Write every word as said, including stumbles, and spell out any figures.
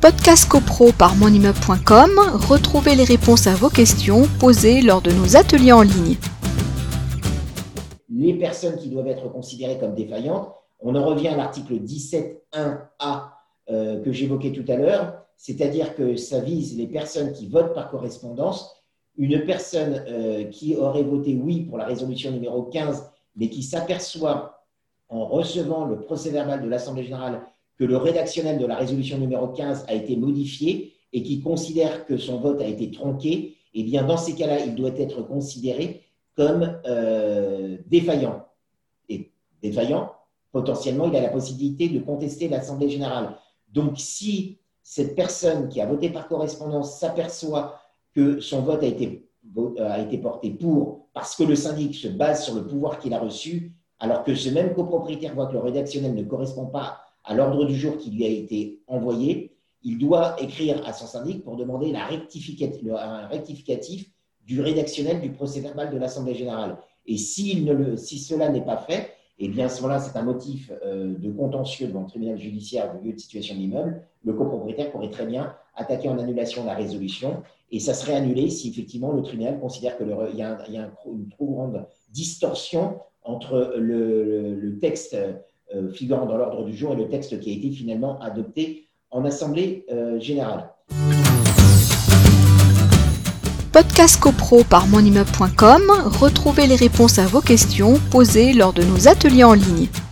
Podcast CoPro par monimmeuble point com, retrouvez les réponses à vos questions posées lors de nos ateliers en ligne. Les personnes qui doivent être considérées comme défaillantes, on en revient à l'article dix-sept un A euh, que j'évoquais tout à l'heure, c'est-à-dire que ça vise les personnes qui votent par correspondance. Une personne euh, qui aurait voté oui pour la résolution numéro quinze, mais qui s'aperçoit en recevant le procès-verbal de l'Assemblée générale que le rédactionnel de la résolution numéro quinze a été modifié et qui considère que son vote a été tronqué, eh bien dans ces cas-là, il doit être considéré comme euh, défaillant. Et défaillant, potentiellement, il a la possibilité de contester l'Assemblée générale. Donc, si cette personne qui a voté par correspondance s'aperçoit que son vote a été, a été porté pour, parce que le syndic se base sur le pouvoir qu'il a reçu, alors que ce même copropriétaire voit que le rédactionnel ne correspond pas à l'ordre du jour qui lui a été envoyé, il doit écrire à son syndic pour demander la rectificatif, un rectificatif du rédactionnel du procès-verbal de l'Assemblée générale. Et s'il ne le, si cela n'est pas fait, eh bien, à ce moment-là, c'est un motif euh, de contentieux devant le tribunal judiciaire du lieu de situation de l'immeuble. Le copropriétaire pourrait très bien attaquer en annulation la résolution et ça serait annulé si effectivement le tribunal considère qu'il y a, un, il y a un, une trop grande distorsion entre le, le, le texte euh, figurant dans l'ordre du jour et le texte qui a été finalement adopté en Assemblée euh, générale. Podcast CoPro par monimmeuble point com, retrouvez les réponses à vos questions posées lors de nos ateliers en ligne.